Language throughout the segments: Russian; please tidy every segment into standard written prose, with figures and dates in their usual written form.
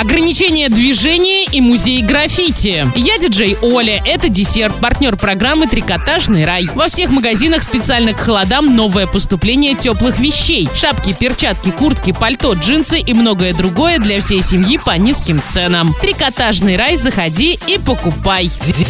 ограничение движения и музей граффити. Я диджей Оля, это десерт, партнер программы «Трикотажный рай». Во всех магазинах специально к холодам новое поступление теплых вещей. Шапки, перчатки, куртки, пальто, джинсы и многое другое для всей семьи по низким ценам. «Трикотажный рай», заходи и покупай.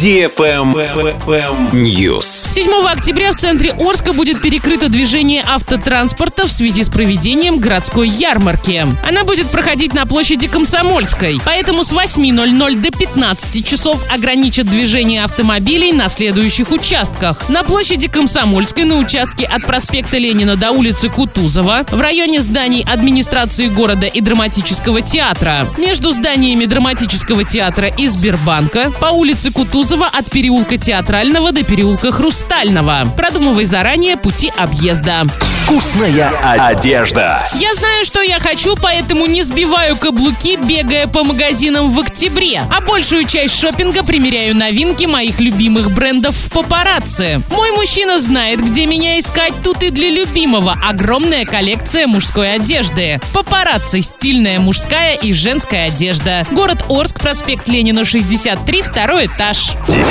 News. 7 октября в центре Орска будет перекрыто движение автотранспорта в связи с проведением городской ярмарки. Она будет проходить на площади Комсомольской. Поэтому с 8:00 до 15 часов ограничат движение автомобилей на следующих участках. На площади Комсомольской на участке от проспекта Ленина до улицы Кутузова, в районе зданий администрации города и драматического театра, между зданиями драматического театра и Сбербанка, по улице Кутузова от переулка Театрального до переулка Хрустального. Продумывай заранее пути объезда. Вкусная одежда. Я знаю, что я хочу, поэтому не сбиваю каблуки, бегая по магазинам в октябре. А большую часть шопинга примеряю новинки моих любимых брендов в папарацци. Мой мужчина знает, где меня искать. Тут и для любимого огромная коллекция мужской одежды. Папарацци, стильная мужская и женская одежда. Город Орск, проспект Ленина, 63, 2-й этаж.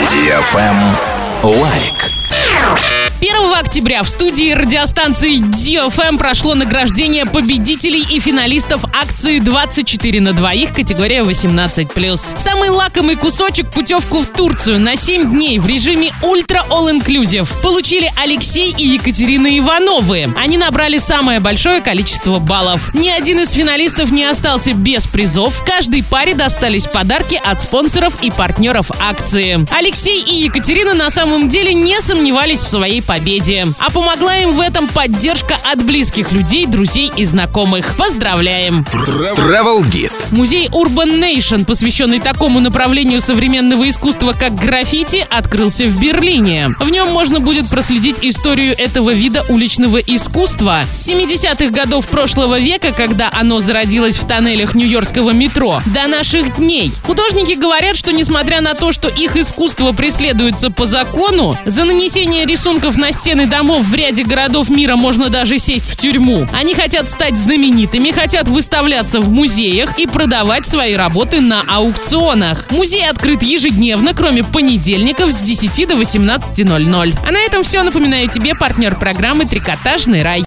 Лайк. 1 октября в студии радиостанции DFM прошло награждение победителей и финалистов акции 24 на двоих, категория 18+. Самый лакомый кусочек — путевку в Турцию на 7 дней в режиме Ультра All Inclusive получили Алексей и Екатерина Ивановы. Они набрали самое большое количество баллов. Ни один из финалистов не остался без призов. Каждой паре достались подарки от спонсоров и партнеров акции. Алексей и Екатерина на самом деле не сомневались в своей победе. А помогла им в этом поддержка от близких людей, друзей и знакомых. Поздравляем! Travel Guide. Музей Urban Nation, посвященный такому направлению современного искусства, как граффити, открылся в Берлине. В нем можно будет проследить историю этого вида уличного искусства с 70-х годов прошлого века, когда оно зародилось в тоннелях нью-йоркского метро, до наших дней. Художники говорят, что несмотря на то, что их искусство преследуется по закону, за нанесение рисунков на стены домов в ряде городов мира можно даже сесть в тюрьму. Они хотят стать знаменитыми, хотят выставляться в музеях и продавать свои работы на аукционах. Музей открыт ежедневно, кроме понедельников с 10 до 18:00. А на этом все. Напоминаю тебе, партнер программы «Трикотажный рай».